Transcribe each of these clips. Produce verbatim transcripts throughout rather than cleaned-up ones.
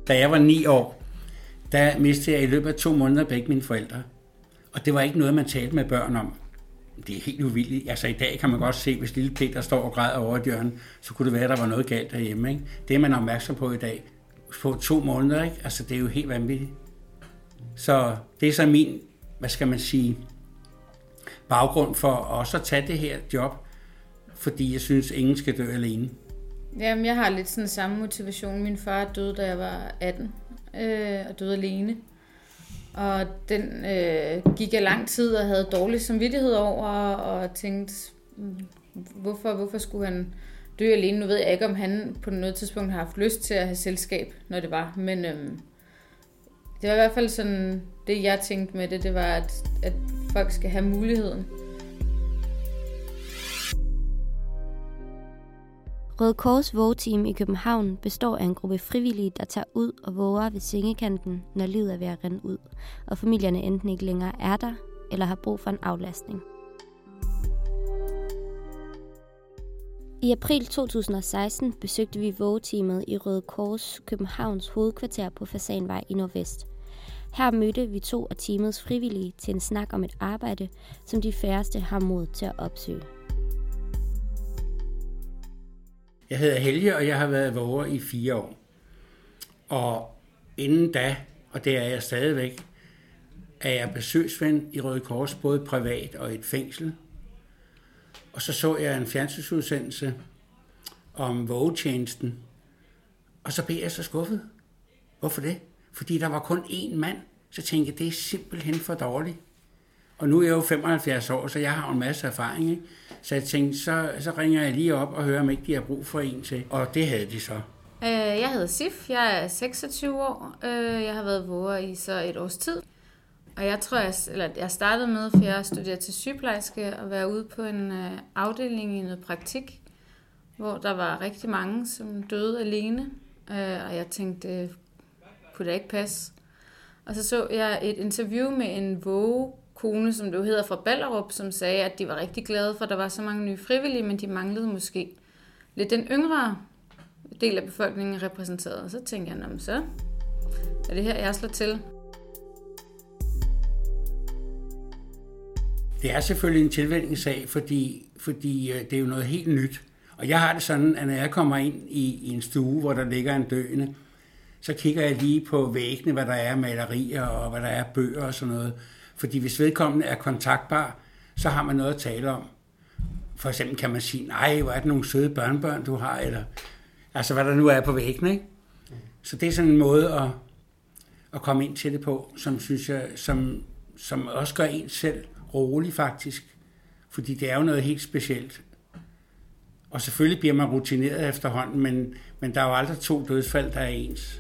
Da jeg var ni år, der mistede jeg i løbet af to måneder begge mine forældre. Og det var ikke noget, man talte med børn om. Det er helt uvilligt. Altså i dag kan man godt se, hvis lille Peter står og græder over et hjørne, så kunne det være, at der var noget galt derhjemme. Ikke? Det er man opmærksom på i dag. På to måneder, ikke? Altså det er jo helt vanvittigt. Så det er så min, hvad skal man sige, baggrund for også at tage det her job, fordi jeg synes, ingen skal dø alene. Jamen, jeg har lidt sådan samme motivation. Min far døde, da jeg var atten, øh, og døde alene. Og den øh, gik jeg lang tid og havde dårlig samvittighed over, og tænkte, hvorfor, hvorfor skulle han dø alene? Nu ved jeg ikke, om han på noget tidspunkt har haft lyst til at have selskab, når det var. Men øh, det var i hvert fald sådan, det jeg tænkte med det, det var, at, at folk skal have muligheden. Røde Kors vågeteam i København består af en gruppe frivillige, der tager ud og våger ved sengekanten, når livet er ved at rinde ud, og familierne enten ikke længere er der, eller har brug for en aflastning. I april to tusind og seksten besøgte vi vågeteamet i Røde Kors Københavns hovedkvarter på Fasanvej i Nordvest. Her mødte vi to af teamets frivillige til en snak om et arbejde, som de færreste har mod til at opsøge. Jeg hedder Helge, og jeg har været våger i fire år. Og inden da, og det er jeg stadigvæk, er jeg besøgsven i Røde Kors, både privat og i et fængsel. Og så så jeg en fjernsynsudsendelse om vågetjenesten, og så blev jeg så skuffet. Hvorfor det? Fordi der var kun én mand, så tænkte jeg, det er simpelthen for dårligt. Og nu er jeg jo femoghalvfjerds år, så jeg har en masse erfaring, ikke? Så jeg tænkte, så, så ringer jeg lige op og hører, om ikke de har brug for en til. Og det havde de så. Jeg hedder Sif, jeg er seksogtyve år. Jeg har været våger i så et års tid. Og jeg tror, jeg, eller jeg startede med, for jeg studerede til sygeplejerske, og være ude på en afdeling i noget praktik, hvor der var rigtig mange, som døde alene. Og jeg tænkte, kunne det ikke passe? Og så så jeg et interview med en vågekone, som det jo hedder, fra Ballerup, som sagde, at de var rigtig glade for, at der var så mange nye frivillige, men de manglede måske lidt den yngre del af befolkningen repræsenteret. Og så tænkte jeg, så er det her, jeg slår til. Det er selvfølgelig en tilvænningssag, fordi, fordi det er jo noget helt nyt. Og jeg har det sådan, at når jeg kommer ind i, i en stue, hvor der ligger en døende, så kigger jeg lige på væggene, hvad der er malerier og hvad der er bøger og sådan noget. Fordi hvis vedkommende er kontaktbar, så har man noget at tale om. For eksempel kan man sige, nej, hvor er det nogle søde børnebørn, du har, eller altså hvad der nu er på væggene, ikke? Så det er sådan en måde at, at komme ind til det på, som synes jeg, som, som også gør en selv rolig faktisk. Fordi det er jo noget helt specielt. Og selvfølgelig bliver man rutineret efterhånden, men, men der er jo aldrig to dødsfald, der er ens.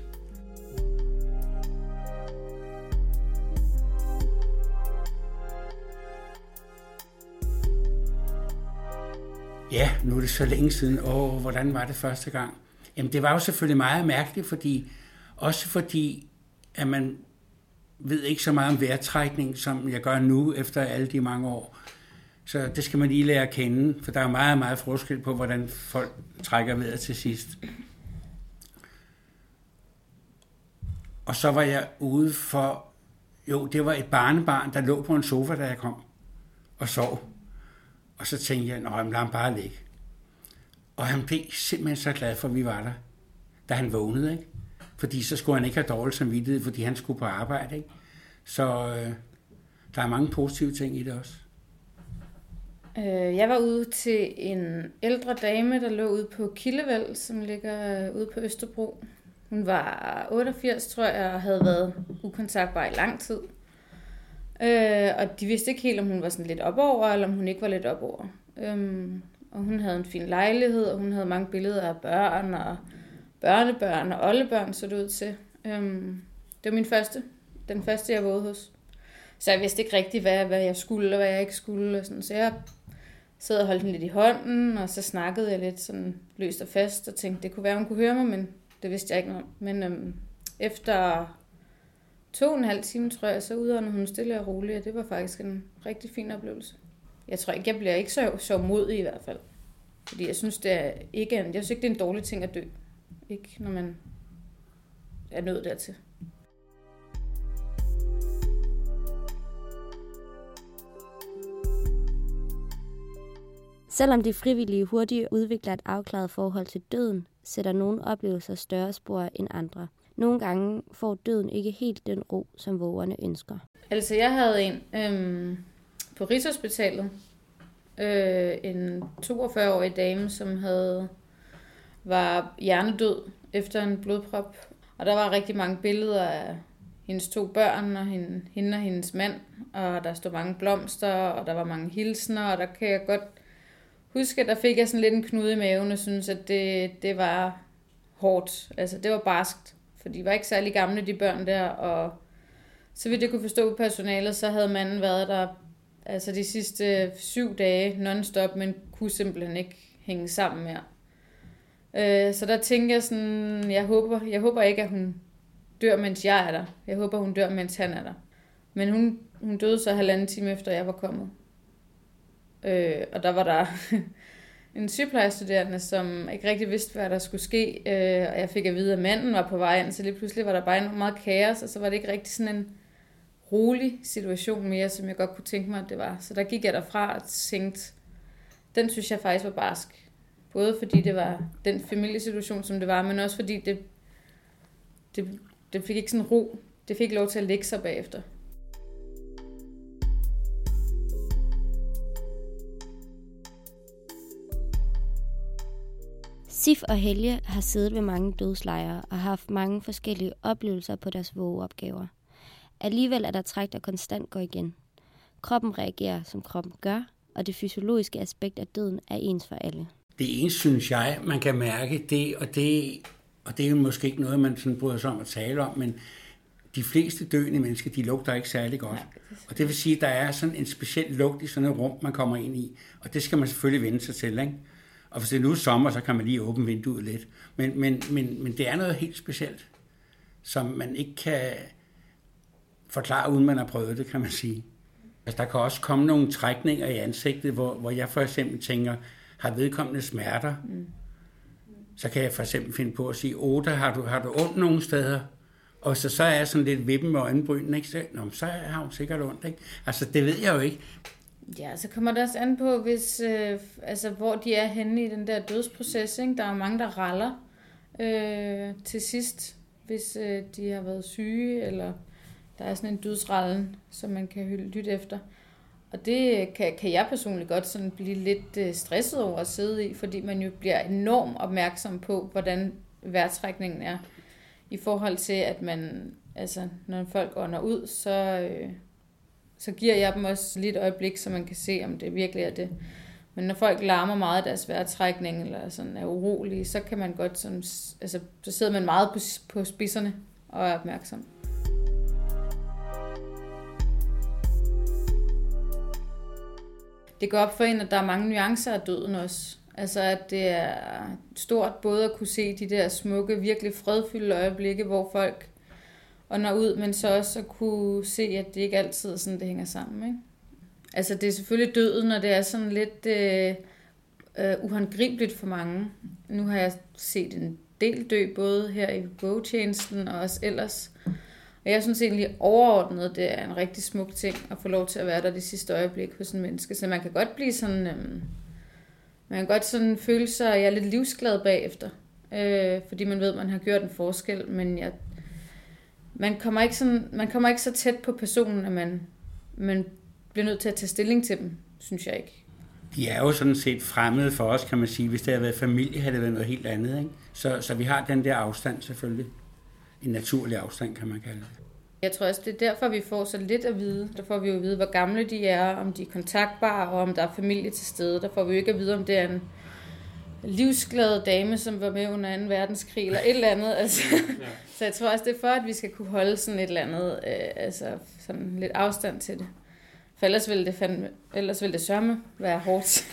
Ja, nu er det så længe siden. Åh, hvordan var det første gang? Jamen, det var jo selvfølgelig meget mærkeligt, fordi, også fordi, at man ved ikke så meget om vejrtrækning, som jeg gør nu, efter alle de mange år. Så det skal man lige lære at kende, for der er meget, meget forskel på, hvordan folk trækker vejret til sidst. Og så var jeg ude for, jo, det var et barnebarn, der lå på en sofa, da jeg kom og sov. Og så tænkte jeg, nej, lad ham bare ligge. Og han blev simpelthen så glad for, at vi var der, da han vågnede, ikke? Fordi så skulle han ikke have dårlig samvittighed, fordi han skulle på arbejde, ikke? Så øh, der er mange positive ting i det også. Jeg var ude til en ældre dame, der lå ude på Kildevæld, som ligger ude på Østerbro. Hun var otteogfirs, tror jeg, og havde været ukontaktbar i lang tid. Øh, og de vidste ikke helt, om hun var sådan lidt opover, eller om hun ikke var lidt opover. Øhm, og hun havde en fin lejlighed, og hun havde mange billeder af børn, og børnebørn og oldebørn, så det ud til. Øhm, det var min første. Den første, jeg vågede hos. Så jeg vidste ikke rigtigt, hvad, hvad jeg skulle, og hvad jeg ikke skulle. Og sådan. Så jeg sad og holdt den lidt i hånden, og så snakkede jeg lidt sådan løst og fast, og tænkte, det kunne være, hun kunne høre mig, men det vidste jeg ikke noget om. Men øhm, efter to og en halv time, tror jeg, så udåndede hun stille og roligt, og det var faktisk en rigtig fin oplevelse. Jeg tror ikke, jeg bliver ikke så, så modig i hvert fald. Fordi jeg synes, det er ikke en, jeg synes ikke, det er en dårlig ting at dø. Ikke når man er nået dertil. Selvom de frivillige hurtigt udvikler et afklaret forhold til døden, sætter nogle oplevelser større spor end andre. Nogle gange får døden ikke helt den ro, som vågerne ønsker. Altså, jeg havde en øhm, på Rigshospitalet, øh, en toogfyrre-årig dame, som havde var hjernedød efter en blodprop. Og der var rigtig mange billeder af hendes to børn og hende, hende og hendes mand, og der stod mange blomster, og der var mange hilsner, og der kan jeg godt huske, at der fik jeg sådan lidt en knude i maven, og synes, at det, det var hårdt. Altså, det var barskt, for de var ikke særlig gamle, de børn der, og så vidt jeg kunne forstå på personalet, så havde manden været der altså de sidste syv dage non-stop, men kunne simpelthen ikke hænge sammen mere. Så der tænker jeg sådan, jeg håber, jeg håber ikke, at hun dør, mens jeg er der. Jeg håber, hun dør, mens han er der. Men hun, hun døde så halvanden time efter, jeg var kommet. Øh, og der var der en sygeplejestuderende, som ikke rigtig vidste, hvad der skulle ske. Øh, og jeg fik at vide, at manden var på vej ind, så lige pludselig var der bare en meget kaos, og så var det ikke rigtig sådan en rolig situation mere, som jeg godt kunne tænke mig, at det var. Så der gik jeg derfra og tænkte, den synes jeg faktisk var barsk. Både fordi det var den familiesituation, som det var, men også fordi det, det, det fik ikke sådan ro. Det fik lov til at lægge sig bagefter. Sif og Helge har siddet ved mange dødslejre og har haft mange forskellige oplevelser på deres vågeopgaver. Alligevel er der træk, der konstant går igen. Kroppen reagerer, som kroppen gør, og det fysiologiske aspekt af døden er ens for alle. Det eneste, synes jeg, man kan mærke, det, og, det, og det er jo måske ikke noget, man sådan bryder sig om at tale om, men de fleste døende mennesker, de lugter ikke særlig godt. Og det vil sige, at der er sådan en speciel lugt i sådan et rum, man kommer ind i. Og det skal man selvfølgelig vende sig til, ikke? Og hvis det nu er sommer, så kan man lige åbne vinduet lidt. Men, men, men, men det er noget helt specielt, som man ikke kan forklare, uden man har prøvet det, kan man sige. Altså, der kan også komme nogle trækninger i ansigtet, hvor, hvor jeg for eksempel tænker, har vedkommende smerter, mm. så kan jeg for eksempel finde på at sige, Oda, har du, har du ondt nogle steder? Og så, så er jeg sådan lidt vippen med øjenbrynene, ikke? Så, nå, så har hun sikkert ondt, ikke? Altså, det ved jeg jo ikke. Ja, så kommer det også an på, hvis, øh, altså, hvor de er henne i den der dødsproces, ikke? Der er jo mange, der raller øh, til sidst, hvis øh, de har været syge, eller der er sådan en dødsrallen, som man kan lytte efter. Og det kan, kan jeg personligt godt sådan blive lidt stresset over at sidde i, fordi man jo bliver enormt opmærksom på, hvordan vejrtrækningen er. I forhold til, at man, altså, når folk ånder ud, så, øh, så giver jeg dem også lidt øjeblik, så man kan se, om det virkelig er det. Men når folk larmer meget af deres vejrtrækning, eller sådan er urolige, så kan man godt sådan, altså, så sidder man meget på, på spidserne og er opmærksom. Det går op for en, at der er mange nuancer af døden også. Altså, at det er stort både at kunne se de der smukke, virkelig fredfyldte øjeblikke, hvor folk ånder ud, men så også at kunne se, at det ikke altid er sådan, det hænger sammen, ikke? Altså, det er selvfølgelig døden, og det er sådan lidt øh, øh, uhåndgribeligt for mange. Nu har jeg set en del dø, både her i bogetjenesten og også ellers. Og jeg synes egentlig overordnet, det er en rigtig smuk ting at få lov til at være der det sidste øjeblik hos en menneske. Så man kan godt blive sådan, øhm, man kan godt sådan føle sig, at jeg er lidt livsglad bagefter. Øh, fordi man ved, at man har gjort en forskel. Men jeg, man, kommer ikke sådan, man kommer ikke så tæt på personen, at man, man bliver nødt til at tage stilling til dem, synes jeg ikke. De er jo sådan set fremmede for os, kan man sige. Hvis det havde været familie, havde det været noget helt andet, ikke? Så, så vi har den der afstand selvfølgelig. En naturlig afstand, kan man kalde det. Jeg tror også, det er derfor, vi får så lidt at vide. Der får vi jo at vide, hvor gamle de er, om de er kontaktbare, og om der er familie til stede. Der får vi jo ikke at vide, om det er en livsglad dame, som var med under anden verdenskrig, eller et eller andet. Altså. Ja. Så jeg tror også, det er for, at vi skal kunne holde sådan et eller andet, øh, altså sådan lidt afstand til det. For ellers ville det, fandme, ellers ville det sørme være hårdt.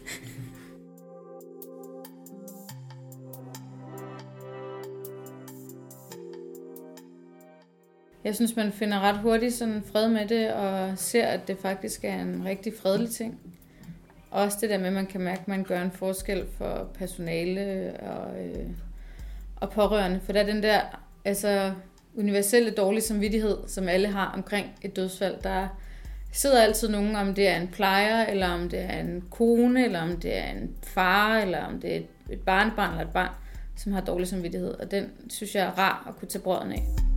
Jeg synes, man finder ret hurtigt sådan fred med det, og ser, at det faktisk er en rigtig fredelig ting. Også det der med, at man kan mærke, at man gør en forskel for personale og, øh, og pårørende. For der er den der altså universelle dårlig samvittighed, som alle har omkring et dødsfald. Der sidder altid nogen, om det er en plejer, eller om det er en kone, eller om det er en far, eller om det er et barnebarn eller et barn, som har dårlig samvittighed. Og den synes jeg er rar at kunne tage brøden af.